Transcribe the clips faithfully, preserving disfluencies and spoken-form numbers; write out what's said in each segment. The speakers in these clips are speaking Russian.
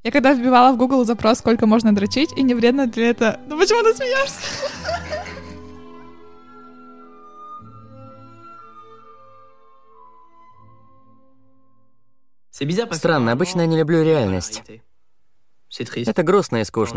Я когда вбивала в Google запрос, сколько можно дрочить, и не вредно ли это... Ну почему ты смеешься? Странно, обычно я не люблю реальность. Это грустно и скучно.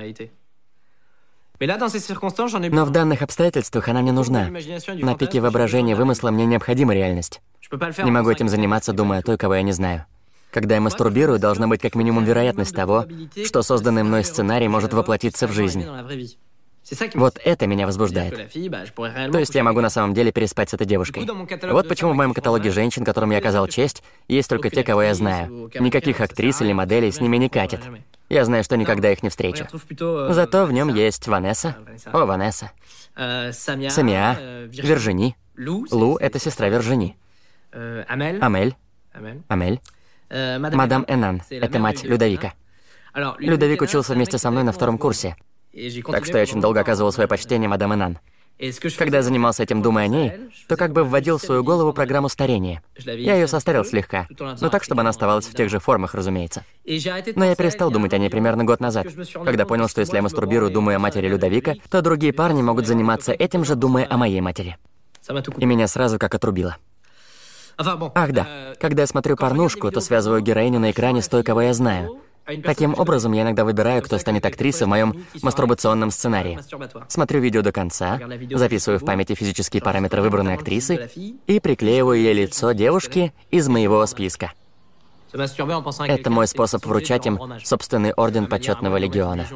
Но в данных обстоятельствах она мне нужна. На пике воображения и вымысла мне необходима реальность. Не могу этим заниматься, думая о той, кого я не знаю. Когда я мастурбирую, должна быть как минимум вероятность того, что созданный мной сценарий может воплотиться в жизнь. Вот это меня возбуждает. То есть я могу на самом деле переспать с этой девушкой. Вот почему в моем каталоге женщин, которым я оказал честь, есть только те, кого я знаю. Никаких актрис или моделей с ними не катит. Я знаю, что никогда их не встречу. Зато в нем есть Ванесса. О, Ванесса. Самиа. Вержини. Лу — это сестра Вержини. Амель. Амель. Мадам Энан. Это мать Людовика. Людовик учился вместе со мной на втором курсе. Так что я очень долго оказывал свое почтение мадам Энан. Когда я занимался этим, думая о ней, то как бы вводил в свою голову программу старения. Я ее состарил слегка, но так, чтобы она оставалась в тех же формах, разумеется. Но я перестал думать о ней примерно год назад, когда понял, что если я мастурбирую, думая о матери Людовика, то другие парни могут заниматься этим же, думая о моей матери. И меня сразу как отрубило. Ах да, когда я смотрю порнушку, то связываю героиню на экране с той, кого я знаю. Таким образом, я иногда выбираю, кто станет актрисой в моем мастурбационном сценарии. Смотрю видео до конца, записываю в памяти физические параметры выбранной актрисы и приклеиваю ей лицо девушки из моего списка. Это мой способ вручать им собственный орден почетного легиона.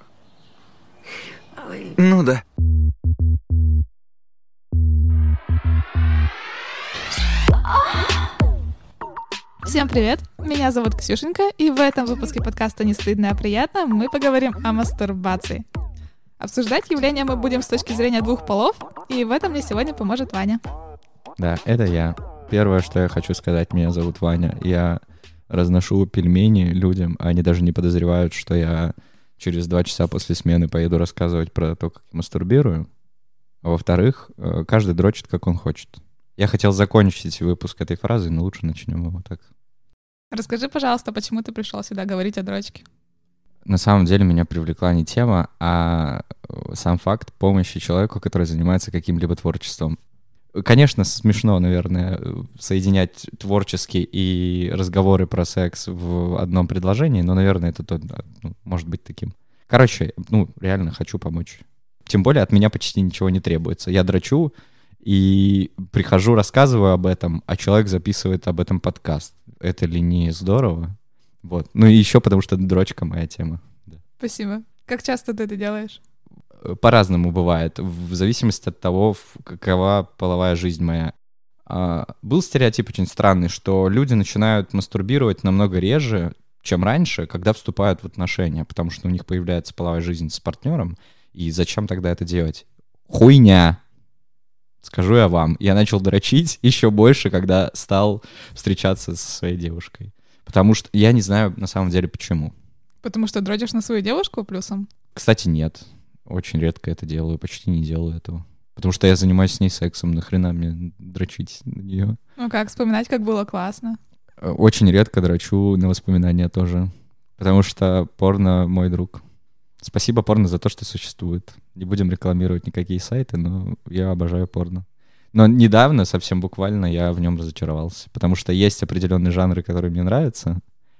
Ну да. Всем привет, меня зовут Ксюшенька, и в этом выпуске подкаста «Не стыдно, а приятно» мы поговорим о мастурбации. Обсуждать явление мы будем с точки зрения двух полов, и в этом мне сегодня поможет Ваня. Да, это я. Первое, что я хочу сказать, меня зовут Ваня. Я разношу пельмени людям, а они даже не подозревают, что я через два часа после смены поеду рассказывать про то, как я мастурбирую. А во-вторых, каждый дрочит, как он хочет. Я хотел закончить выпуск этой фразой, но лучше начнем его так. Расскажи, пожалуйста, почему ты пришел сюда говорить о дрочке? На самом деле меня привлекла не тема, а сам факт помощи человеку, который занимается каким-либо творчеством. Конечно, смешно, наверное, соединять творческие и разговоры про секс в одном предложении, но, наверное, это тот, ну, может быть таким. Короче, ну, реально хочу помочь. Тем более от меня почти ничего не требуется. Я дрочу и прихожу, рассказываю об этом, а человек записывает об этом подкаст. Это ли не здорово? Вот. Ну и еще потому, что дрочка моя тема. Да. Спасибо. Как часто ты это делаешь? По-разному бывает, в зависимости от того, какова половая жизнь моя. А, был стереотип очень странный, что люди начинают мастурбировать намного реже, чем раньше, когда вступают в отношения, потому что у них появляется половая жизнь с партнером, и зачем тогда это делать? Хуйня! Скажу я вам. Я начал дрочить еще больше, когда стал встречаться со своей девушкой. Потому что я не знаю на самом деле почему. Потому что дрочишь на свою девушку плюсом? Кстати, нет. Очень редко это делаю, почти не делаю этого. Потому что я занимаюсь с ней сексом, нахрена мне дрочить на нее? Ну как, вспоминать, как было классно? Очень редко дрочу на воспоминания тоже. Потому что порно мой друг. Спасибо порно за то, что существует. Не будем рекламировать никакие сайты, но я обожаю порно. Но недавно, совсем буквально, я в нем разочаровался. Потому что есть определенные жанры, которые мне нравятся,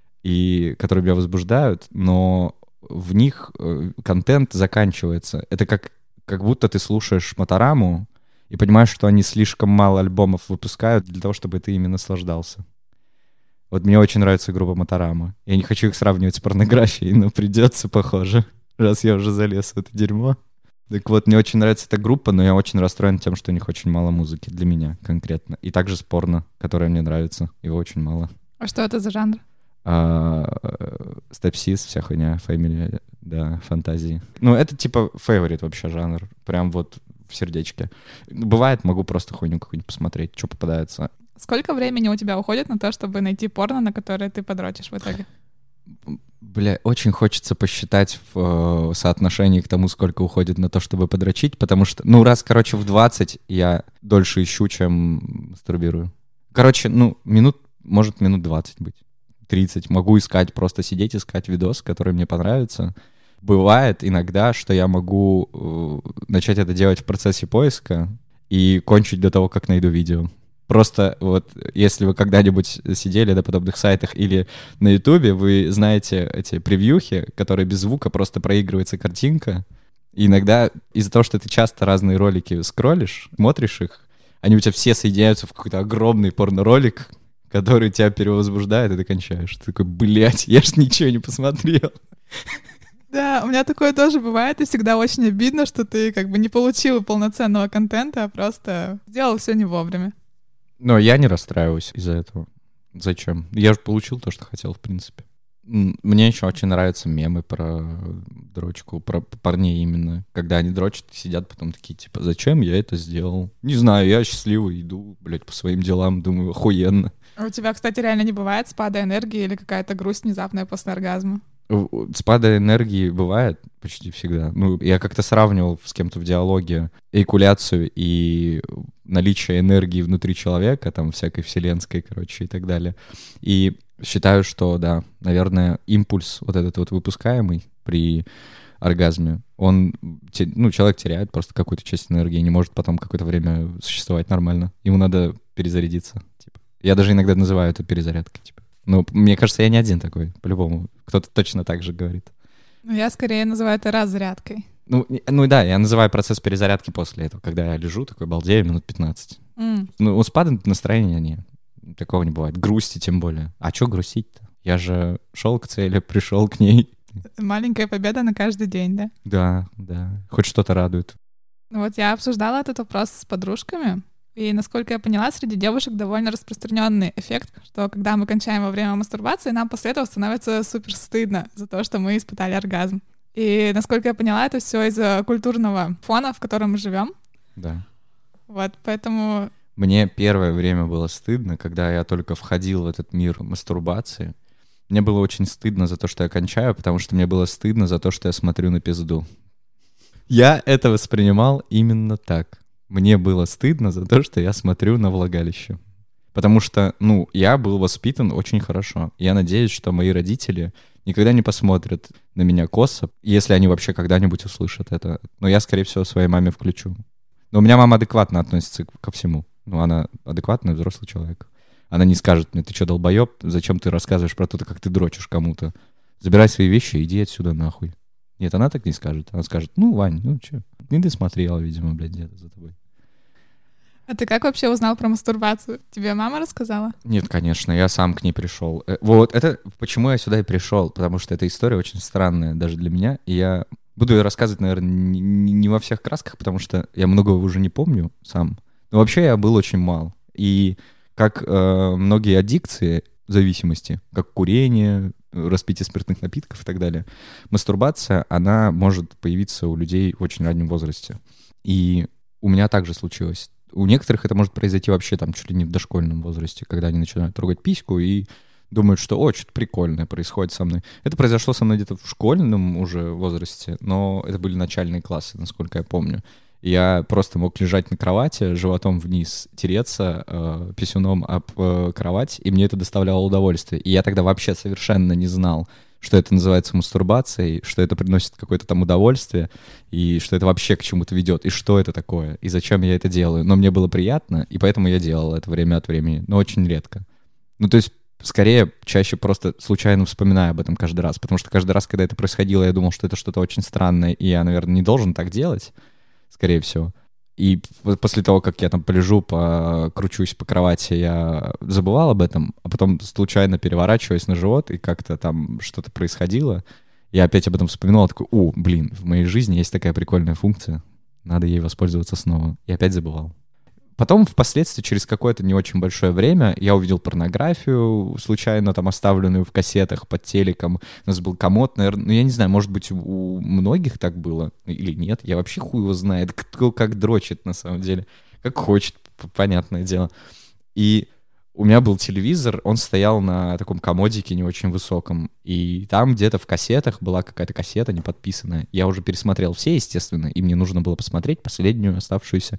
и которые меня возбуждают, но в них контент заканчивается. Это как, как будто ты слушаешь Мотораму и понимаешь, что они слишком мало альбомов выпускают для того, чтобы ты ими наслаждался. Вот мне очень нравится группа Моторама. Я не хочу их сравнивать с порнографией, но придется, похоже, раз я уже залез в это дерьмо. Так вот, мне очень нравится эта группа, но я очень расстроен тем, что у них очень мало музыки для меня конкретно. И также с порно, которое мне нравится. Его очень мало. А что это за жанр? Степсис, вся хуйня, фэмили, да, фантазии. Ну, это типа фейворит вообще жанр. Прям вот в сердечке. Бывает, могу просто хуйню какую-нибудь посмотреть, что попадается. Сколько времени у тебя уходит на то, чтобы найти порно, на которое ты подрочишь в итоге? Бля, очень хочется посчитать в э, соотношении к тому, сколько уходит на то, чтобы подрочить, потому что, ну, раз, короче, в двадцать я дольше ищу, чем мастурбирую. Короче, ну, минут, может, минут двадцать быть. тридцать. Могу искать, просто сидеть, искать видос, который мне понравится. Бывает иногда, что я могу э, начать это делать в процессе поиска и кончить до того, как найду видео. Просто вот если вы когда-нибудь сидели на подобных сайтах или на Ютубе, вы знаете эти превьюхи, которые без звука, просто проигрывается картинка. И иногда из-за того, что ты часто разные ролики скроллишь, смотришь их, они у тебя все соединяются в какой-то огромный порно-ролик, который тебя перевозбуждает, и ты кончаешь. Ты такой, блядь, я ж ничего не посмотрел. Да, у меня такое тоже бывает, и всегда очень обидно, что ты как бы не получил полноценного контента, а просто сделал все не вовремя. Но я не расстраиваюсь из-за этого. Зачем? Я же получил то, что хотел, в принципе. Мне еще очень нравятся мемы про дрочку, про парней именно. Когда они дрочат, сидят потом такие, типа, зачем я это сделал? Не знаю, я счастливый, иду, блядь, по своим делам, думаю, охуенно. А у тебя, кстати, реально не бывает спада энергии или какая-то грусть внезапная после оргазма? Спада энергии бывает почти всегда. Ну, я как-то сравнивал с кем-то в диалоге эякуляцию и наличие энергии внутри человека, там, всякой вселенской, короче, и так далее. И считаю, что, да, наверное, импульс вот этот вот выпускаемый при оргазме, он, ну, человек теряет просто какую-то часть энергии и не может потом какое-то время существовать нормально. Ему надо перезарядиться, типа. Я даже иногда называю это перезарядкой, типа. Ну, мне кажется, я не один такой, по-любому. Кто-то точно так же говорит. Ну, я скорее называю это разрядкой. Ну, ну да, я называю процесс перезарядки после этого, когда я лежу такой, балдею, минут пятнадцать. Mm. Ну, у спада настроения нет. Такого не бывает. Грусти тем более. А что грустить-то? Я же шел к цели, пришел к ней. Маленькая победа на каждый день, да? Да, да. Хоть что-то радует. Вот я обсуждала этот вопрос с подружками. И, насколько я поняла, среди девушек довольно распространенный эффект, что когда мы кончаем во время мастурбации, нам после этого становится супер стыдно за то, что мы испытали оргазм. И, насколько я поняла, это все из-за культурного фона, в котором мы живем. Да. Вот, поэтому... Мне первое время было стыдно, когда я только входил в этот мир мастурбации. Мне было очень стыдно за то, что я кончаю, потому что мне было стыдно за то, что я смотрю на пизду. Я это воспринимал именно так. Мне было стыдно за то, что я смотрю на влагалище. Потому что, ну, я был воспитан очень хорошо. Я надеюсь, что мои родители никогда не посмотрят на меня косо, если они вообще когда-нибудь услышат это. Но я, скорее всего, своей маме включу. Но у меня мама адекватно относится ко всему. Ну, она адекватный взрослый человек. Она не скажет мне, ты что, долбоеб? Зачем ты рассказываешь про то, как ты дрочишь кому-то? Забирай свои вещи и иди отсюда нахуй. Нет, она так не скажет. Она скажет, ну, Вань, ну чё? Не ты смотрела, видимо, блядь, где-то за тобой. А ты как вообще узнал про мастурбацию? Тебе мама рассказала? Нет, конечно, я сам к ней пришел. Вот, это почему я сюда и пришел, потому что эта история очень странная даже для меня, и я буду ее рассказывать, наверное, не, не во всех красках, потому что я многого уже не помню сам. Но вообще я был очень мал. И как э, многие аддикции, зависимости, как курение, распитие спиртных напитков и так далее, мастурбация, она может появиться у людей в очень раннем возрасте. И у меня также случилось. У некоторых это может произойти вообще там чуть ли не в дошкольном возрасте, когда они начинают трогать письку и думают, что «О, что-то прикольное происходит со мной». Это произошло со мной где-то в школьном уже возрасте, но это были начальные классы, насколько я помню. Я просто мог лежать на кровати, животом вниз, тереться э, писюном об э, кровать, и мне это доставляло удовольствие. И я тогда вообще совершенно не знал, что это называется мастурбацией, что это приносит какое-то там удовольствие, и что это вообще к чему-то ведет, и что это такое, и зачем я это делаю. Но мне было приятно, и поэтому я делал это время от времени, но очень редко. Ну, то есть, скорее, чаще просто случайно вспоминаю об этом каждый раз, потому что каждый раз, когда это происходило, я думал, что это что-то очень странное, и я, наверное, не должен так делать, скорее всего. И после того, как я там полежу, покручусь по кровати, я забывал об этом, а потом случайно переворачиваюсь на живот, и как-то там что-то происходило. Я опять об этом вспоминал, такой, о, блин, в моей жизни есть такая прикольная функция, надо ей воспользоваться снова. И опять забывал. Потом, впоследствии, через какое-то не очень большое время, я увидел порнографию, случайно там оставленную в кассетах под телеком. У нас был комод, наверное, ну я не знаю, может быть, у многих так было или нет. Я вообще хуй его знает, кто как дрочит на самом деле. Как хочет, понятное дело. И у меня был телевизор, он стоял на таком комодике не очень высоком. И там где-то в кассетах была какая-то кассета не подписанная. Я уже пересмотрел все, естественно, и мне нужно было посмотреть последнюю оставшуюся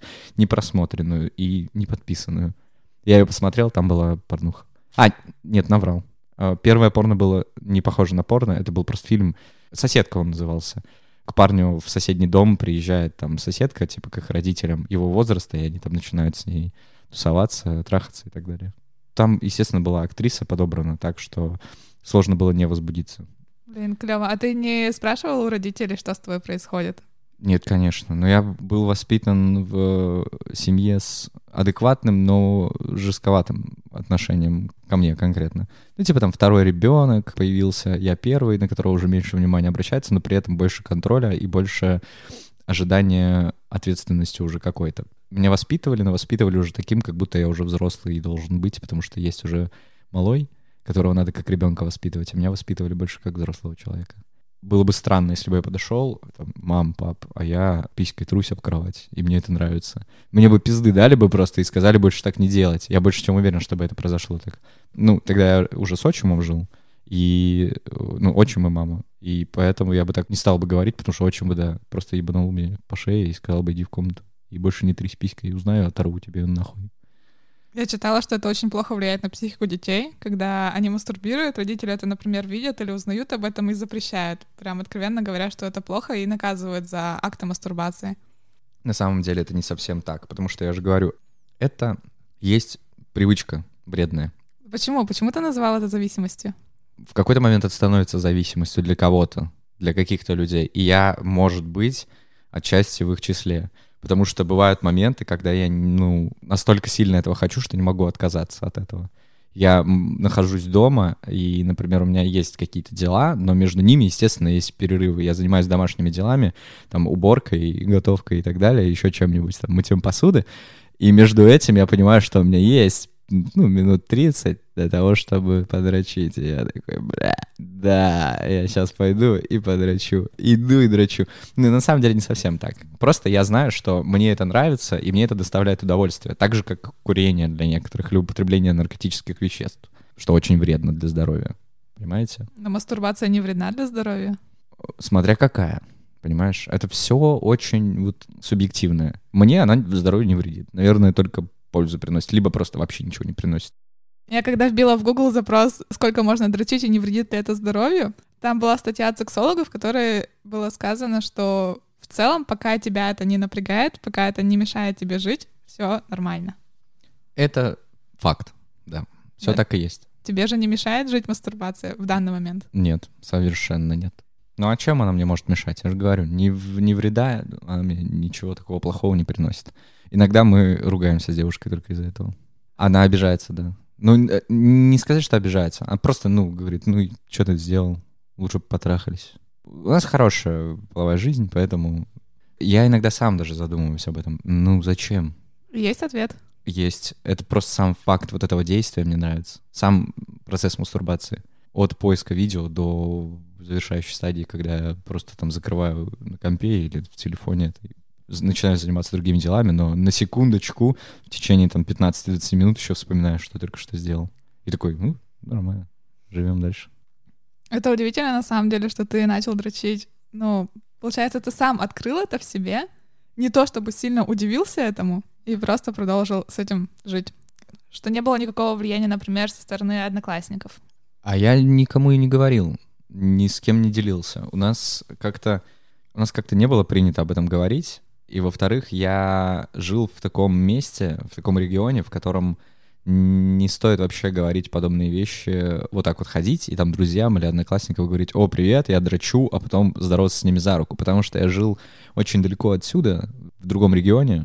непросмотренную и не подписанную. Я ее посмотрел, там была порнуха. А, нет, наврал. Первое порно было не похоже на порно, это был просто фильм «Соседка» он назывался. К парню в соседний дом приезжает там соседка, типа к их родителям его возраста, и они там начинают с ней тусоваться, трахаться и так далее. Там, естественно, была актриса подобрана так, что сложно было не возбудиться. Блин, клево. А ты не спрашивал у родителей, что с тобой происходит? Нет, конечно. Но я был воспитан в семье с адекватным, но жестковатым отношением ко мне конкретно. Ну, типа там второй ребенок появился, я первый, на которого уже меньше внимания обращается, но при этом больше контроля и больше ожидания ответственности уже какой-то. Меня воспитывали, но воспитывали уже таким, как будто я уже взрослый и должен быть, потому что есть уже малой, которого надо как ребенка воспитывать, а меня воспитывали больше как взрослого человека. Было бы странно, если бы я подошел, там, мам, пап, а я писькой трусь об кровать, и мне это нравится. Мне бы пизды дали бы просто и сказали больше так не делать. Я больше чем уверен, чтобы это произошло так. Ну, тогда я уже с отчимом жил, и, ну, отчим и мама. И поэтому я бы так не стал бы говорить, потому что отчим бы, да, просто ебанул мне по шее и сказал бы, иди в комнату. И больше не трись писькой, узнаю, оторву тебе нахуй. Я читала, что это очень плохо влияет на психику детей, когда они мастурбируют, родители это, например, видят или узнают об этом и запрещают. Прям откровенно говорят, что это плохо, и наказывают за акты мастурбации. На самом деле это не совсем так, потому что я же говорю, это есть привычка вредная. Почему? Почему ты назвал это зависимостью? В какой-то момент это становится зависимостью для кого-то, для каких-то людей. И я, может быть, отчасти в их числе. Потому что бывают моменты, когда я, ну, настолько сильно этого хочу, что не могу отказаться от этого. Я нахожусь дома, и, например, у меня есть какие-то дела, но между ними, естественно, есть перерывы. Я занимаюсь домашними делами, там, уборкой, готовкой и так далее, еще чем-нибудь, там, мытьем посуды. И между этим я понимаю, что у меня есть, ну, минут тридцать для того, чтобы подрочить. И я такой, бля, да, я сейчас пойду и подрочу. Иду и дрочу. Ну, на самом деле не совсем так. Просто я знаю, что мне это нравится, и мне это доставляет удовольствие. Так же, как курение для некоторых, или употребление наркотических веществ, что очень вредно для здоровья. Понимаете? Но мастурбация не вредна для здоровья? Смотря какая. Понимаешь? Это все очень вот субъективное. Мне она здоровью не вредит. Наверное, только пользу приносит, либо просто вообще ничего не приносит. Я когда вбила в Google запрос, сколько можно дрочить и не вредит ли это здоровью, там была статья от сексологов, в которой было сказано, что в целом, пока тебя это не напрягает, пока это не мешает тебе жить, все нормально. Это факт, да. Все Да. так и есть. Тебе же не мешает жить мастурбация в данный момент? Нет, совершенно нет. Ну а чем она мне может мешать? Я же говорю, не, в- не вреда, она мне ничего такого плохого не приносит. Иногда мы ругаемся с девушкой только из-за этого. Она обижается, да. Ну, э, не сказать, что обижается. Она просто, ну, говорит, ну, что ты сделал? Лучше бы потрахались. У нас хорошая половая жизнь, поэтому я иногда сам даже задумываюсь об этом. Ну, зачем? Есть ответ. Есть. Это просто сам факт вот этого действия мне нравится. Сам процесс мастурбации. От поиска видео до завершающей стадии, когда я просто там закрываю на компе или в телефоне это, и з- начинаю заниматься другими делами, но на секундочку в течение там пятнадцать-двадцать минут еще вспоминаю, что только что сделал. И такой, ну, нормально, живем дальше. Это удивительно на самом деле, что ты начал дрочить. Ну, получается, ты сам открыл это в себе, не то чтобы сильно удивился этому, и просто продолжил с этим жить. Что не было никакого влияния, например, со стороны одноклассников. А я никому и не говорил, ни с кем не делился. У нас как-то, у нас как-то не было принято об этом говорить. И, во-вторых, я жил в таком месте, в таком регионе, в котором не стоит вообще говорить подобные вещи, вот так вот ходить, и там друзьям или одноклассникам говорить: «О, привет, я дрочу», а потом здороваться с ними за руку, потому что я жил очень далеко отсюда, в другом регионе,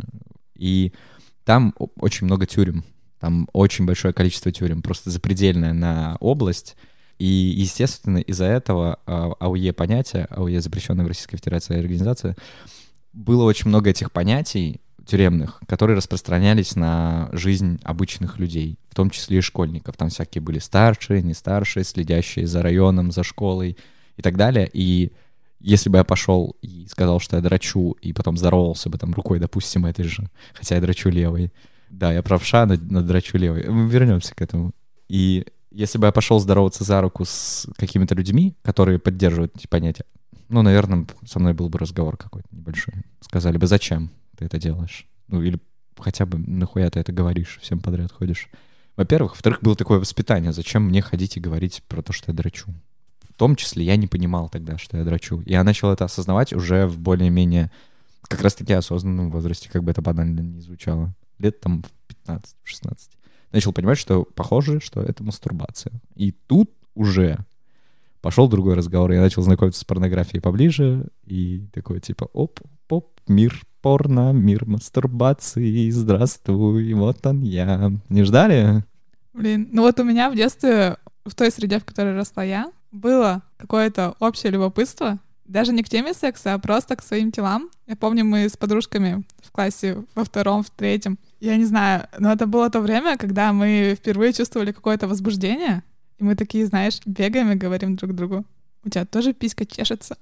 и там о- очень много тюрем, там очень большое количество тюрем, просто запредельное на область, и, естественно, из-за этого а, АУЕ понятие, АУЕ, запрещенная в Российской Федерации организация, было очень много этих понятий тюремных, которые распространялись на жизнь обычных людей, в том числе и школьников. Там всякие были старшие, не старшие, следящие за районом, за школой и так далее. И если бы я пошел и сказал, что я дрочу, и потом здоровался бы там рукой, допустим, этой же, хотя я дрочу левой. Да, я правша, но, но дрочу левой. Мы вернемся к этому. И если бы я пошел здороваться за руку с какими-то людьми, которые поддерживают эти понятия, ну, наверное, со мной был бы разговор какой-то небольшой. Сказали бы: зачем ты это делаешь? Ну, или хотя бы нахуя ты это говоришь, всем подряд ходишь. Во-первых. Во-вторых, было такое воспитание. Зачем мне ходить и говорить про то, что я дрочу? В том числе я не понимал тогда, что я дрочу. Я начал это осознавать уже в более-менее как раз-таки осознанном возрасте, как бы это банально не звучало. Лет там в пятнадцать-шестнадцать. Начал понимать, что похоже, что это мастурбация. И тут уже пошел другой разговор. Я начал знакомиться с порнографией поближе. И такой типа оп-оп, мир порно, мир мастурбации. Здравствуй, вот он я. Не ждали? Блин, ну вот у меня в детстве, в той среде, в которой росла я, было какое-то общее любопытство. Даже не к теме секса, а просто к своим телам. Я помню, мы с подружками в классе во втором, в третьем. Я не знаю, но это было то время, когда мы впервые чувствовали какое-то возбуждение. И мы такие, знаешь, бегаем и говорим друг другу: у тебя тоже писька чешется?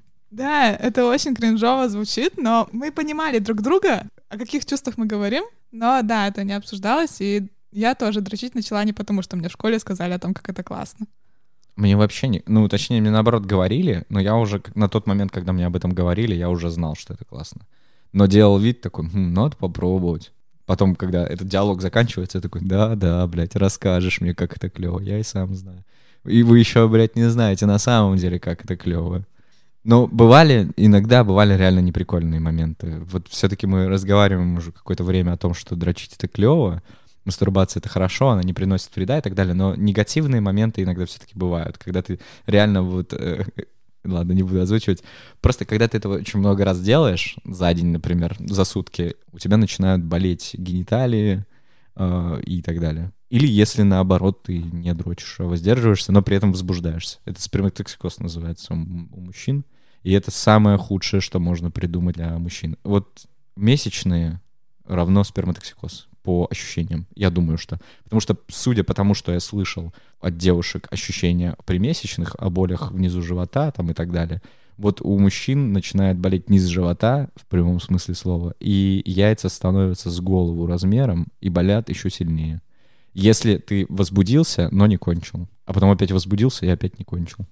Да, это очень кринжово звучит, но мы понимали друг друга, о каких чувствах мы говорим. Но да, это не обсуждалось, и я тоже дрочить начала не потому, что мне в школе сказали о том, как это классно. Мне вообще не... Ну, точнее, мне наоборот говорили, но я уже на тот момент, когда мне об этом говорили, я уже знал, что это классно. Но делал вид такой: хм, надо попробовать. Потом, когда этот диалог заканчивается, я такой: да-да, блядь, расскажешь мне, как это клево, я и сам знаю. И вы еще, блядь, не знаете на самом деле, как это клево. Но бывали, иногда бывали реально неприкольные моменты. Вот все-таки мы разговариваем уже какое-то время о том, что дрочить — это клево, мастурбация — это хорошо, она не приносит вреда и так далее, но негативные моменты иногда все-таки бывают, когда ты реально вот... Э, ладно, не буду озвучивать. Просто когда ты этого очень много раз делаешь, за день, например, за сутки, у тебя начинают болеть гениталии э, и так далее. Или если, наоборот, ты не дрочишь, а воздерживаешься, но при этом возбуждаешься. Это сперматоксикоз называется у, у мужчин. И это самое худшее, что можно придумать для мужчин. Вот месячные равно сперматоксикоз. По ощущениям, я думаю, что... Потому что, судя по тому, что я слышал от девушек ощущения при месячных, о болях внизу живота там и так далее, вот у мужчин начинает болеть низ живота, в прямом смысле слова, и яйца становятся с голову размером и болят еще сильнее. Если ты возбудился, но не кончил, а потом опять возбудился и опять не кончил.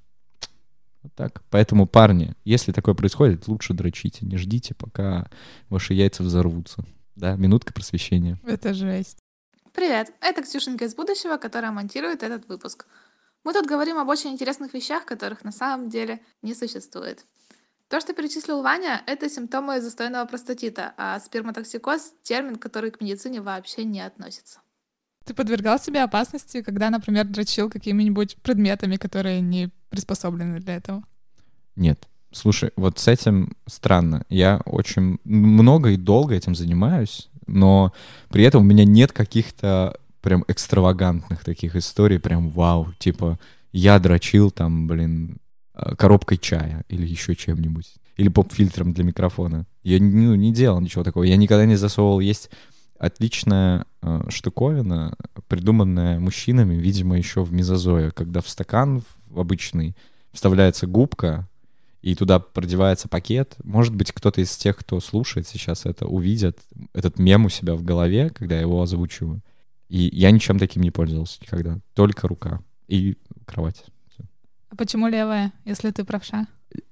Вот так. Поэтому, парни, если такое происходит, лучше дрочите, не ждите, пока ваши яйца взорвутся. Да, минутка просвещения. Это жесть. Привет, это Ксюшенька из будущего, которая монтирует этот выпуск. Мы тут говорим об очень интересных вещах, которых на самом деле не существует. То, что перечислил Ваня, это симптомы застойного простатита, а сперматоксикоз — термин, который к медицине вообще не относится. Ты подвергал себя опасности, когда, например, дрочил какими-нибудь предметами, которые не приспособлены для этого? Нет. Слушай, вот с этим странно. Я очень много и долго этим занимаюсь, но при этом у меня нет каких-то прям экстравагантных таких историй, прям вау, типа я дрочил там, блин, коробкой чая или еще чем-нибудь, или поп-фильтром для микрофона. Я ну, не делал ничего такого, я никогда не засовывал. Есть отличная э, штуковина, придуманная мужчинами, видимо, еще в мезозое, когда в стакан в обычный вставляется губка, и туда продевается пакет. Может быть, кто-то из тех, кто слушает сейчас это, увидит этот мем у себя в голове, когда я его озвучиваю. И я ничем таким не пользовался никогда. Только рука и кровать. Всё. А почему левая, если ты правша?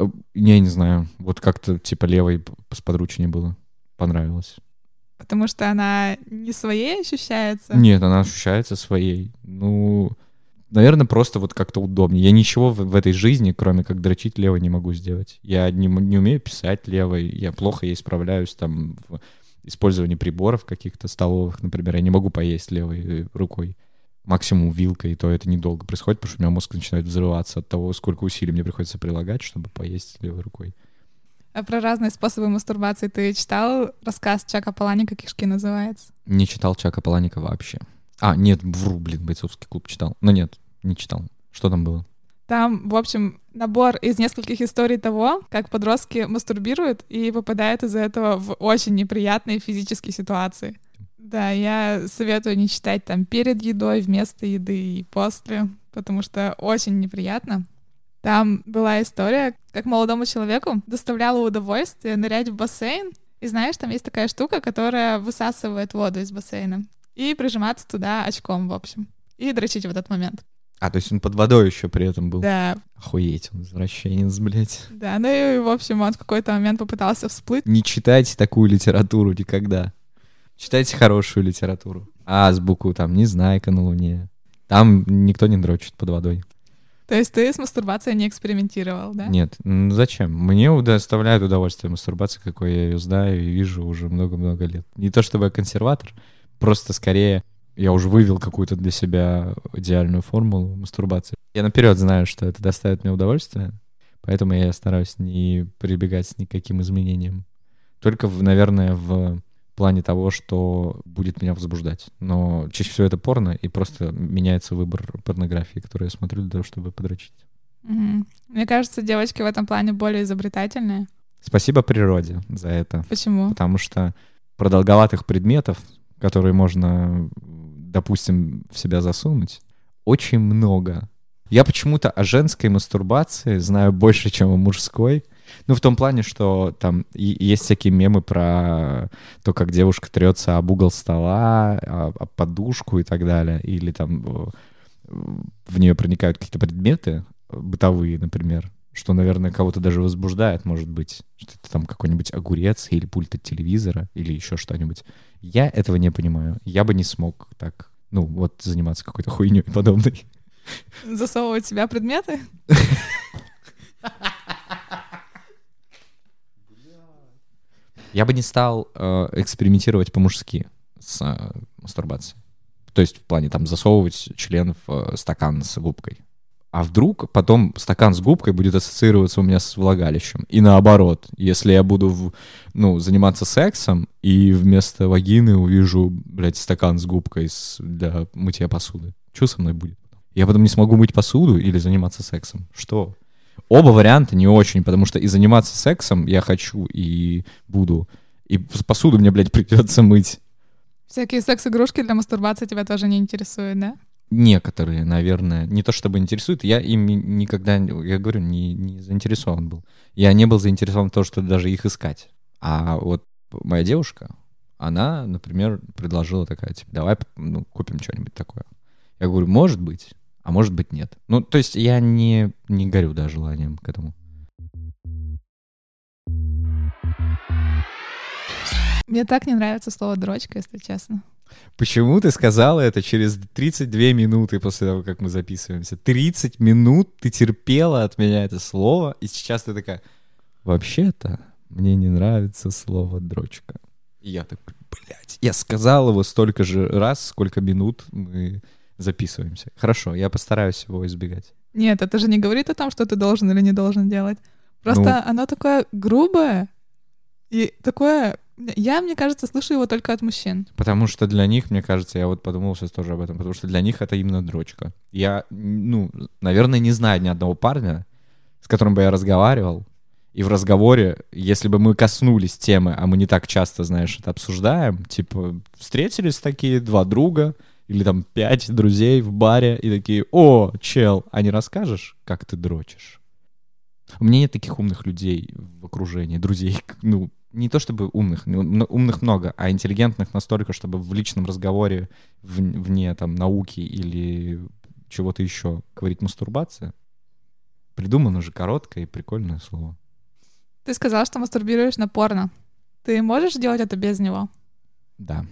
Я не знаю. Вот как-то типа левой сподручнее было. Понравилось. Потому что она не своей ощущается? Нет, она ощущается своей. Ну... Наверное, просто вот как-то удобнее. Я ничего в, в этой жизни, кроме как дрочить левой, не могу сделать. Я не, не умею писать левой, я плохо ей справляюсь там в использовании приборов каких-то столовых, например. Я не могу поесть левой рукой. Максимум вилкой, и то это недолго происходит, потому что у меня мозг начинает взрываться от того, сколько усилий мне приходится прилагать, чтобы поесть левой рукой. А про разные способы мастурбации ты читал рассказ Чака Паланика «Кишки» называется? Не читал Чака Паланика вообще. А, нет, вру, блин, бойцовский клуб читал. Но нет, не читал. Что там было? Там, в общем, набор из нескольких историй того, как подростки мастурбируют и попадают из-за этого в очень неприятные физические ситуации. Да, я советую не читать там перед едой, вместо еды и после, потому что очень неприятно. Там была история, как молодому человеку доставляло удовольствие нырять в бассейн. И знаешь, там есть такая штука, которая высасывает воду из бассейна. И прижиматься туда очком, в общем. И дрочить в этот момент. А, то есть он под водой еще при этом был? Да. Охуеть, он извращенец, блядь. Да, ну и, в общем, он в какой-то момент попытался всплыть. Не читайте такую литературу никогда. Читайте хорошую литературу. Азбуку, там, Незнайка на Луне. Там никто не дрочит под водой. То есть ты с мастурбацией не экспериментировал, да? Нет, ну зачем? Мне доставляет удовольствие мастурбация, какой я ее знаю и вижу уже много-много лет. Не то чтобы я консерватор, просто скорее я уже вывел какую-то для себя идеальную формулу мастурбации. Я наперед знаю, что это доставит мне удовольствие, поэтому я стараюсь не прибегать ни к каким изменениям. Только, в, наверное, в плане того, что будет меня возбуждать. Но чаще всего это порно, и просто меняется выбор порнографии, которую я смотрю для того, чтобы подрочить. Угу. Мне кажется, девочки в этом плане более изобретательные. Спасибо природе за это. Почему? Потому что продолговатых предметов, которые можно, допустим, в себя засунуть, очень много. Я почему-то о женской мастурбации знаю больше, чем о мужской. Ну, в том плане, что там и, есть всякие мемы про то, как девушка трется об угол стола, об подушку и так далее. Или там в, в нее проникают какие-то предметы бытовые, например, что, наверное, кого-то даже возбуждает, может быть, что это там какой-нибудь огурец или пульт от телевизора или еще что-нибудь. Я этого не понимаю. Я бы не смог так, ну, вот заниматься какой-то хуйней подобной. Засовывать в себя предметы? Я бы не стал э, экспериментировать по-мужски с э, мастурбацией. То есть в плане там засовывать член в э, стакан с губкой. А вдруг потом стакан с губкой будет ассоциироваться у меня с влагалищем. И наоборот, если я буду в, ну, заниматься сексом и вместо вагины увижу, блядь, стакан с губкой с, для мытья посуды, что со мной будет? Я потом не смогу мыть посуду или заниматься сексом. Что? Оба варианта не очень, потому что и заниматься сексом я хочу и буду. И посуду мне, блядь, придется мыть. Всякие секс-игрушки для мастурбации тебя тоже не интересуют, да? Некоторые, наверное, не то чтобы интересуют, я ими никогда, я говорю, не, не заинтересован был. Я не был заинтересован в том, что даже их искать. А вот моя девушка, она, например, предложила такая, типа, давай ну, купим что-нибудь такое. Я говорю, может быть, а может быть нет. Ну, то есть я не, не горю, да, желанием к этому. Мне так не нравится слово «дрочка», если честно. Почему ты сказала это через тридцать две минуты после того, как мы записываемся? тридцать минут ты терпела от меня это слово, и сейчас ты такая, вообще-то мне не нравится слово «дрочка». И я такой, блядь, я сказал его столько же раз, сколько минут мы записываемся. Хорошо, я постараюсь его избегать. Нет, это же не говорит о том, что ты должен или не должен делать. Просто ну... оно такое грубое и такое... Я, мне кажется, слышу его только от мужчин. Потому что для них, мне кажется, я вот подумал сейчас тоже об этом, потому что для них это именно дрочка. Я, ну, наверное, не знаю ни одного парня, с которым бы я разговаривал, и в разговоре, если бы мы коснулись темы, а мы не так часто, знаешь, это обсуждаем, типа, встретились такие два друга или там пять друзей в баре и такие, о, чел, а не расскажешь, как ты дрочишь? У меня нет таких умных людей в окружении, друзей, ну, не то чтобы умных, умных много, а интеллигентных настолько, чтобы в личном разговоре, вне там науки или чего-то еще говорить мастурбация. Придумано же короткое и прикольное слово. Ты сказал, что мастурбируешь на порно. Ты можешь делать это без него? Да.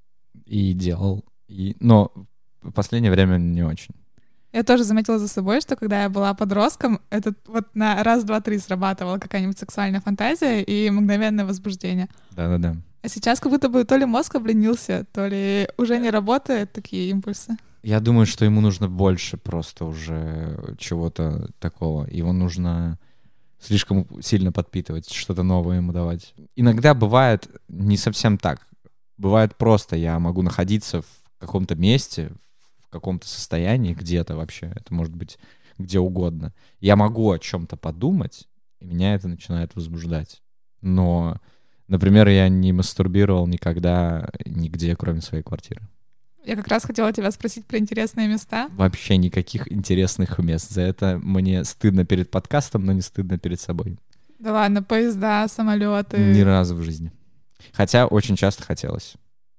И делал. И... Но в последнее время не очень. Я тоже заметила за собой, что когда я была подростком, это вот на раз, два, три срабатывала какая-нибудь сексуальная фантазия и мгновенное возбуждение. Да-да-да. А сейчас как будто бы то ли мозг обленился, то ли уже не работают такие импульсы. Я думаю, что ему нужно больше просто уже чего-то такого. Его нужно слишком сильно подпитывать, что-то новое ему давать. Иногда бывает не совсем так. Бывает просто я могу находиться в каком-то месте, в каком-то состоянии где-то вообще, это может быть где угодно. Я могу о чем-то подумать, и меня это начинает возбуждать. Но, например, я не мастурбировал никогда нигде, кроме своей квартиры. Я как раз хотела тебя спросить про интересные места. Вообще никаких интересных мест. За это мне стыдно перед подкастом, но не стыдно перед собой. Да ладно, поезда, самолеты. Ни разу в жизни. Хотя очень часто хотелось.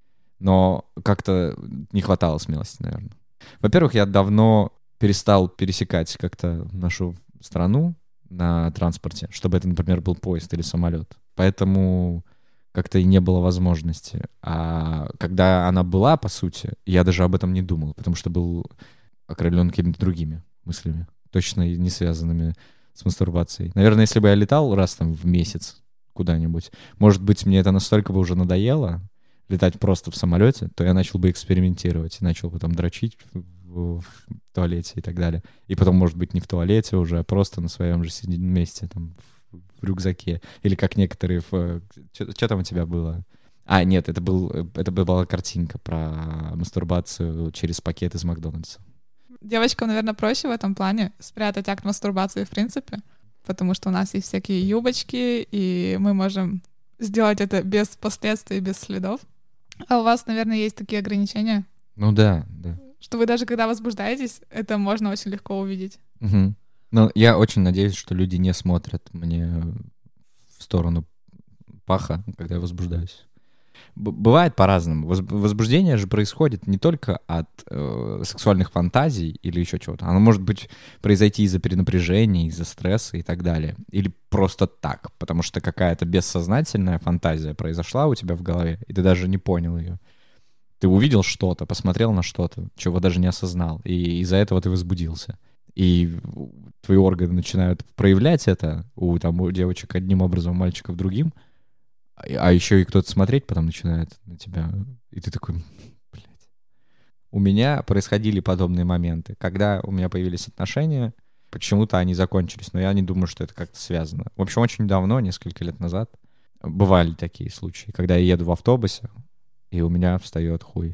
Но как-то не хватало смелости, наверное. Во-первых, я давно перестал пересекать как-то нашу страну на транспорте, чтобы это, например, был поезд или самолет. Поэтому как-то и не было возможности. А когда она была, по сути, я даже об этом не думал, потому что был окрылен какими-то другими мыслями, точно не связанными с мастурбацией. Наверное, если бы я летал раз там в месяц куда-нибудь, может быть, мне это настолько бы уже надоело, летать просто в самолете, то я начал бы экспериментировать, начал бы там дрочить в, в туалете и так далее. И потом, может быть, не в туалете уже, а просто на своем же месте, там, в, в рюкзаке. Или как некоторые... Что там у тебя было? А, нет, это, был, это была картинка про мастурбацию через пакет из Макдональдса. Девочкам, наверное, проще в этом плане спрятать акт мастурбации в принципе, потому что у нас есть всякие юбочки, и мы можем сделать это без последствий, без следов. А у вас, наверное, есть такие ограничения? Ну да, да. Что вы даже когда возбуждаетесь, это можно очень легко увидеть. Угу. Но я очень надеюсь, что люди не смотрят мне в сторону паха, когда я возбуждаюсь. Б- бывает по-разному. Воз- возбуждение же происходит не только от э, сексуальных фантазий или еще чего-то. Оно может быть произойти из-за перенапряжения, из-за стресса и так далее. Или просто так, потому что какая-то бессознательная фантазия произошла у тебя в голове, и ты даже не понял ее. Ты увидел что-то, посмотрел на что-то, чего даже не осознал, и из-за этого ты возбудился. И твои органы начинают проявлять это у, там, у девочек одним образом, у мальчиков другим, а еще и кто-то смотреть потом начинает на тебя, и ты такой, блядь. У меня происходили подобные моменты. Когда у меня появились отношения, почему-то они закончились, но я не думаю, что это как-то связано. В общем, очень давно, несколько лет назад, бывали такие случаи, когда я еду в автобусе, и у меня встает хуй.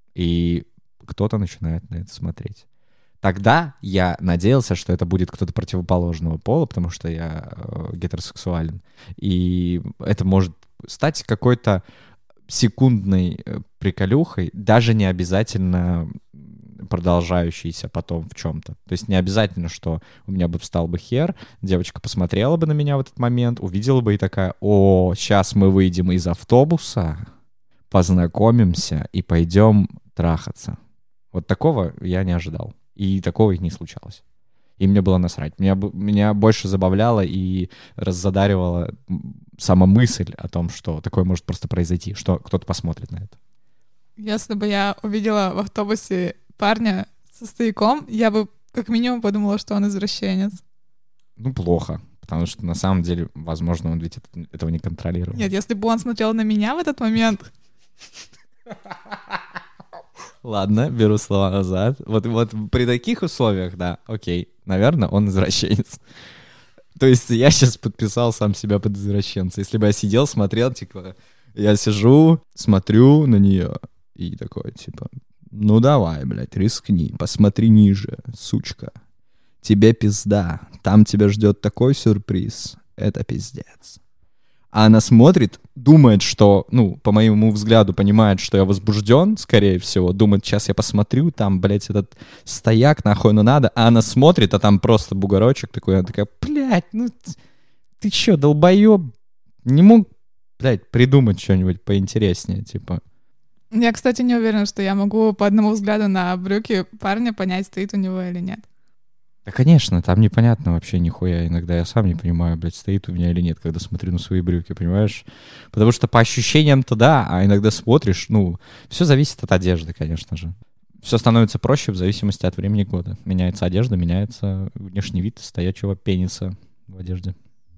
И кто-то начинает на это смотреть. Тогда я надеялся, что это будет кто-то противоположного пола, потому что я э, гетеросексуален. И это может стать какой-то секундной э, приколюхой, даже не обязательно продолжающейся потом в чем-то. То есть не обязательно, что у меня бы встал бы хер, девочка посмотрела бы на меня в этот момент, увидела бы и такая: о, сейчас мы выйдем из автобуса, познакомимся и пойдем трахаться. Вот такого я не ожидал. И такого и не случалось. И мне было насрать. Меня, меня больше забавляло и раззадаривала сама мысль о том, что такое может просто произойти, что кто-то посмотрит на это. Если бы я увидела в автобусе парня со стояком, я бы как минимум подумала, что он извращенец. Ну, плохо. Потому что на самом деле, возможно, он ведь это, этого не контролировал. Нет, если бы он смотрел на меня в этот момент... Ладно, беру слова назад. Вот, вот при таких условиях, да, окей, наверное, он извращенец. То есть я сейчас подписал сам себя под извращенца. Если бы я сидел, смотрел, типа, я сижу, смотрю на нее и такой, типа, ну давай, блядь, рискни, посмотри ниже, сучка. Тебе пизда, там тебя ждет такой сюрприз, это пиздец. А она смотрит, думает, что, ну, по моему взгляду, понимает, что я возбужден, скорее всего, думает, сейчас я посмотрю, там, блядь, этот стояк, нахуй, ну надо, а она смотрит, а там просто бугорочек такой, она такая, блядь, ну ты, ты чё, долбоёб, не мог, блядь, придумать что-нибудь поинтереснее, типа. Я, кстати, не уверена, что я могу по одному взгляду на брюки парня понять, стоит у него или нет. Да, конечно, там непонятно вообще нихуя. Иногда я сам не понимаю, блядь, стоит у меня или нет, когда смотрю на свои брюки, понимаешь? Потому что по ощущениям-то да, а иногда смотришь, ну, все зависит от одежды, конечно же. Все становится проще в зависимости от времени года. Меняется одежда, меняется внешний вид стоячего пениса в одежде.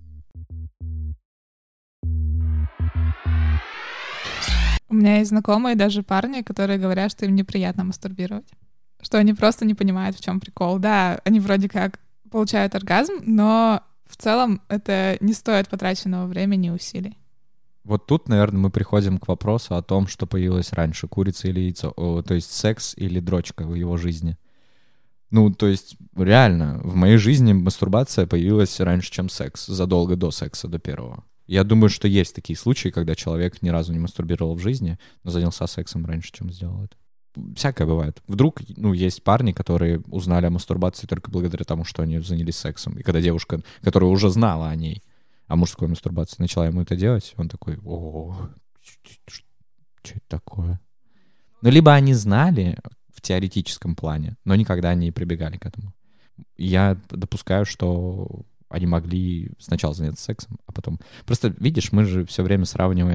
У меня есть знакомые, даже парни, которые говорят, что им неприятно мастурбировать. Что они просто не понимают, в чем прикол. Да, они вроде как получают оргазм, но в целом это не стоит потраченного времени и усилий. Вот тут, наверное, мы приходим к вопросу о том, что появилось раньше, курица или яйцо, о, то есть секс или дрочка в его жизни. Ну, то есть реально, в моей жизни мастурбация появилась раньше, чем секс, задолго до секса, до первого. Я думаю, что есть такие случаи, когда человек ни разу не мастурбировал в жизни, но занялся сексом раньше, чем сделал это. Всякое бывает. Вдруг, ну, есть парни, которые узнали о мастурбации только благодаря тому, что они занялись сексом. И когда девушка, которая уже знала о ней, о мужской мастурбации, начала ему это делать, он такой: о, что это такое? Ну, либо они знали в теоретическом плане, но никогда не прибегали к этому. Я допускаю, что они могли сначала заняться сексом, а потом... Просто, видишь, мы же все время сравниваем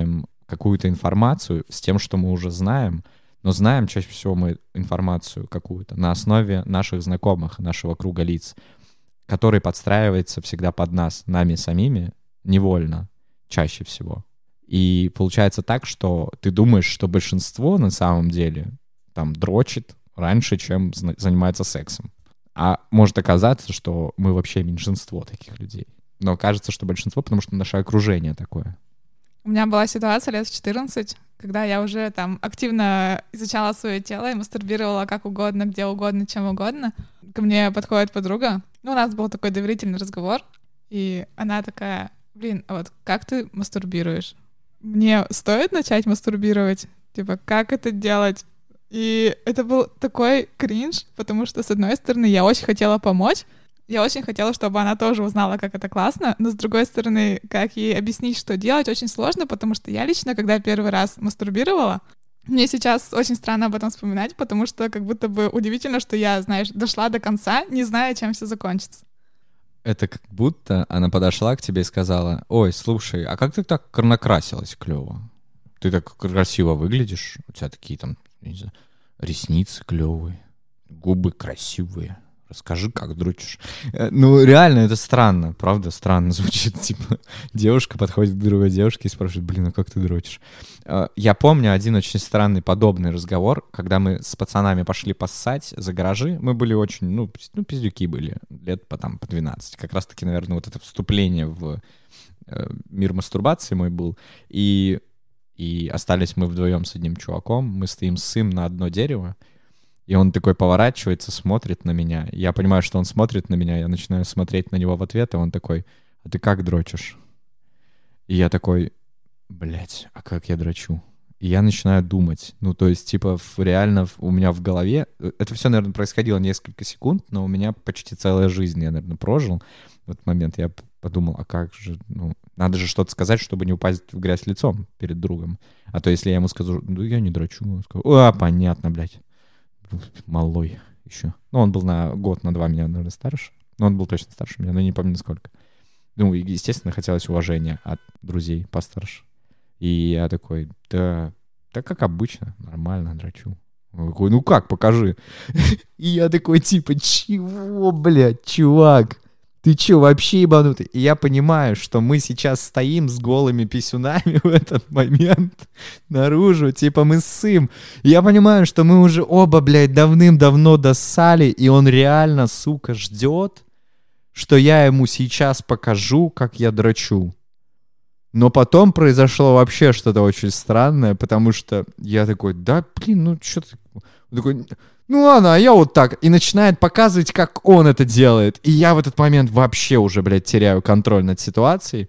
какую-то информацию с тем, что мы уже знаем, но знаем чаще всего мы информацию какую-то на основе наших знакомых, нашего круга лиц, который подстраивается всегда под нас, нами самими, невольно, чаще всего. И получается так, что ты думаешь, что большинство на самом деле там дрочит раньше, чем занимается сексом. А может оказаться, что мы вообще меньшинство таких людей. Но кажется, что большинство, потому что наше окружение такое. У меня была ситуация лет в четырнадцать, когда я уже там активно изучала свое тело и мастурбировала как угодно, где угодно, чем угодно. Ко мне подходит подруга. Ну, у нас был такой доверительный разговор. И она такая: блин, а вот как ты мастурбируешь? Мне стоит начать мастурбировать? Типа, как это делать? И это был такой кринж, потому что, с одной стороны, я очень хотела помочь, я очень хотела, чтобы она тоже узнала, как это классно, но, с другой стороны, как ей объяснить, что делать, очень сложно, потому что я лично, когда первый раз мастурбировала, мне сейчас очень странно об этом вспоминать, потому что как будто бы удивительно, что я, знаешь, дошла до конца, не зная, чем все закончится. Это как будто она подошла к тебе и сказала: ой, слушай, а как ты так накрасилась клево? Ты так красиво выглядишь, у тебя такие там, не знаю, ресницы клевые, губы красивые. Расскажи, как дрочишь. Ну, реально, это странно, правда, странно звучит. Типа, девушка подходит к другой девушке и спрашивает: блин, а как ты дрочишь? Я помню один очень странный подобный разговор, когда мы с пацанами пошли поссать за гаражи. Мы были очень, ну, ну пиздюки были, лет по, там, по двенадцать. Как раз-таки, наверное, вот это вступление в мир мастурбации мой был. И, и остались мы вдвоем с одним чуваком. Мы стоим сым на одно дерево. И он такой поворачивается, смотрит на меня. Я понимаю, что он смотрит на меня. Я начинаю смотреть на него в ответ, и он такой: а ты как дрочишь? И я такой: блять, а как я дрочу? И я начинаю думать. Ну, то есть, типа, в, реально у меня в голове... Это все, наверное, происходило несколько секунд, но у меня почти целая жизнь я, наверное, прожил. В этот момент я подумал: а как же... Ну, надо же что-то сказать, чтобы не упасть в грязь лицом перед другом. А то если я ему скажу: ну, я не дрочу, он скажет: а, понятно, блядь. Малой еще. Ну, он был на год, на два меня, наверное, старше. Но он был точно старше меня, но не помню, насколько. Ну, естественно, хотелось уважения от друзей постарше. И я такой: да, да как обычно, нормально, дрочу. Он такой: ну как, покажи. И я такой, типа, чего, блядь, чувак? Ты чё, вообще ебанутый? И я понимаю, что мы сейчас стоим с голыми писюнами в этот момент наружу, типа мы ссым. И я понимаю, что мы уже оба, блядь, давным-давно доссали, и он реально, сука, ждет, что я ему сейчас покажу, как я дрочу. Но потом произошло вообще что-то очень странное, потому что я такой: да, блин, ну что ты... Он такой: ну ладно, а я вот так. И начинает показывать, как он это делает. И я в этот момент вообще уже, блядь, теряю контроль над ситуацией.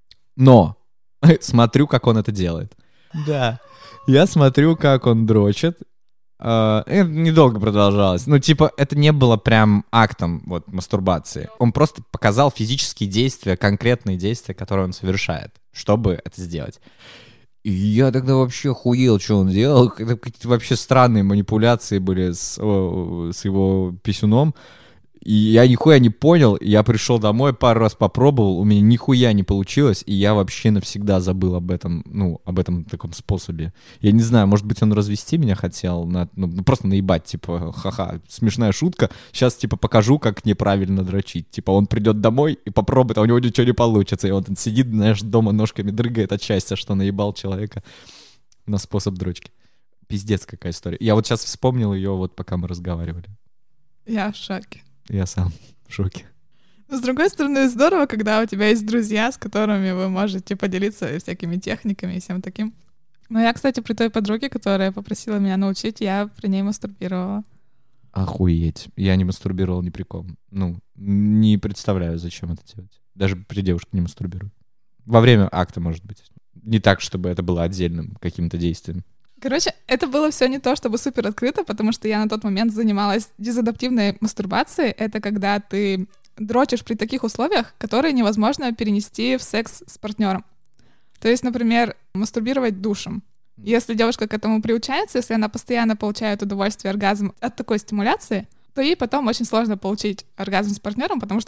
Но смотрю, как он это делает. Да. Я смотрю, как он дрочит. Uh, это недолго продолжалось. Ну, типа, это не было прям актом вот мастурбации. Он просто показал физические действия, конкретные действия, которые он совершает, чтобы это сделать. И я тогда вообще охуел, что он делал. Это какие-то вообще странные манипуляции были с, о, с его писюном. И я нихуя не понял. Я пришел домой, пару раз попробовал, у меня нихуя не получилось, и я вообще навсегда забыл об этом, ну, об этом таком способе. Я не знаю, может быть, он развести меня хотел, на, ну, просто наебать, типа, ха-ха, смешная шутка. Сейчас, типа, покажу, как неправильно дрочить. Типа, он придет домой и попробует, а у него ничего не получится. И он сидит, знаешь, дома ножками дрыгает от счастья, что наебал человека на способ дрочки. Пиздец, какая история. Я вот сейчас вспомнил ее, вот пока мы разговаривали. Я в шоке. Я сам в шоке. Но, с другой стороны, здорово, когда у тебя есть друзья, с которыми вы можете поделиться всякими техниками и всем таким. Но я, кстати, при той подруге, которая попросила меня научить, я при ней мастурбировала. Охуеть. Я не мастурбировал ни при ком. Ну, не представляю, зачем это делать. Даже при девушке не мастурбирую. Во время акта, может быть. Не так, чтобы это было отдельным каким-то действием. Короче, это было все не то, чтобы супер открыто, потому что я на тот момент занималась дезадаптивной мастурбацией. Это когда ты дрочишь при таких условиях, которые невозможно перенести в секс с партнером. То есть, например, мастурбировать душем. Если девушка к этому приучается, если она постоянно получает удовольствие, оргазм от такой стимуляции, то ей потом очень сложно получить оргазм с партнером, потому что там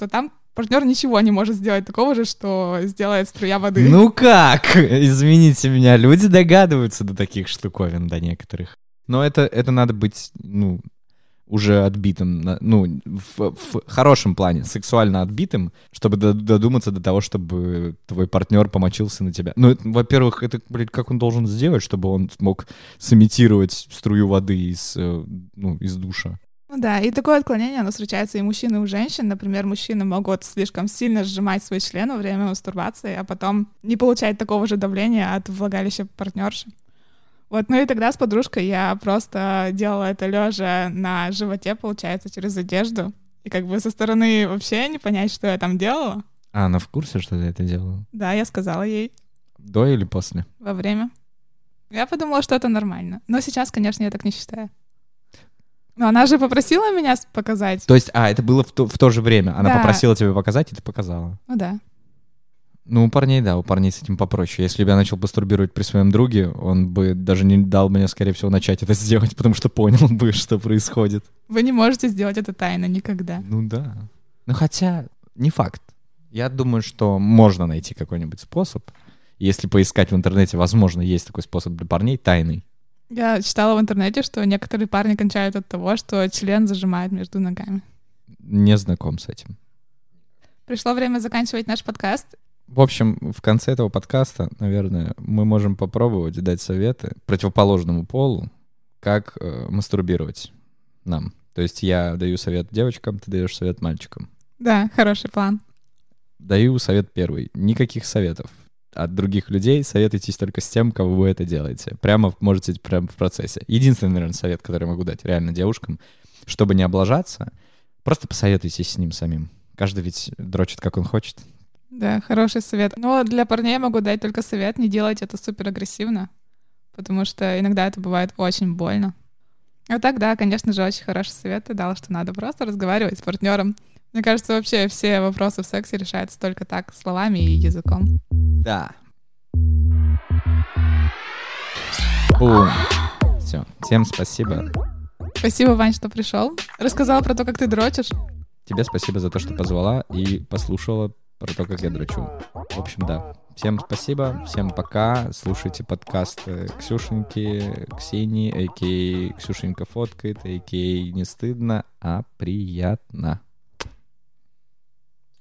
партнер ничего не может сделать такого же, что сделает струя воды. Ну как? Извините меня, люди догадываются до таких штуковин, до некоторых. Но это, это надо быть, ну, уже отбитым, ну, в, в хорошем плане, сексуально отбитым, чтобы додуматься до того, чтобы твой партнер помочился на тебя. Ну, это, во-первых, это, блядь, как он должен сделать, чтобы он смог сымитировать струю воды из, ну, из душа? Ну да, и такое отклонение, оно встречается и у мужчин, и у женщин. Например, мужчины могут слишком сильно сжимать свой член во время мастурбации, а потом не получать такого же давления от влагалища партнерши. Вот, ну и тогда с подружкой я просто делала это лежа на животе, получается, через одежду. И как бы со стороны вообще не понять, что я там делала. А она в курсе, что ты это делала? Да, я сказала ей. До или после? Во время. Я подумала, что это нормально. Но сейчас, конечно, я так не считаю. Но она же попросила меня показать. То есть, а, это было в то, в то же время? Она да. попросила тебя показать, и ты показала? Ну да. Ну, у парней, да, у парней с этим попроще. Если бы я начал мастурбировать при своем друге, он бы даже не дал мне, скорее всего, начать это сделать, потому что понял бы, что происходит. Вы не можете сделать это тайно никогда. Ну да. Ну хотя, не факт. Я думаю, что можно найти какой-нибудь способ. Если поискать в интернете, возможно, есть такой способ для парней, тайный. Я читала в интернете, что некоторые парни кончают от того, что член зажимает между ногами. Не знаком с этим. Пришло время заканчивать наш подкаст. В общем, в конце этого подкаста, наверное, мы можем попробовать дать советы противоположному полу, как э, мастурбировать нам. То есть я даю совет девочкам, ты даешь совет мальчикам. Да, хороший план. Даю совет первый. Никаких советов от других людей, советуйтесь только с тем, кого вы это делаете. Прямо можете прямо в процессе. Единственный, наверное, совет, который я могу дать реально девушкам, чтобы не облажаться, просто посоветуйтесь с ним самим. Каждый ведь дрочит, как он хочет. Да, хороший совет. Но для парней я могу дать только совет, не делать это супер агрессивно, потому что иногда это бывает очень больно. А так, да, конечно же, очень хороший совет ты дал, что надо просто разговаривать с партнером. Мне кажется, вообще все вопросы в сексе решаются только так, словами и языком. Да. Бум. Все. Всем спасибо. Спасибо, Вань, что пришел. Рассказала про то, как ты дрочишь. Тебе спасибо за то, что позвала и послушала про то, как я дрочу. В общем, да. Всем спасибо, всем пока. Слушайте подкасты Ксюшеньки, Ксении, а.к.а. Ксюшенька фоткает, а.к.а. не стыдно, а приятно.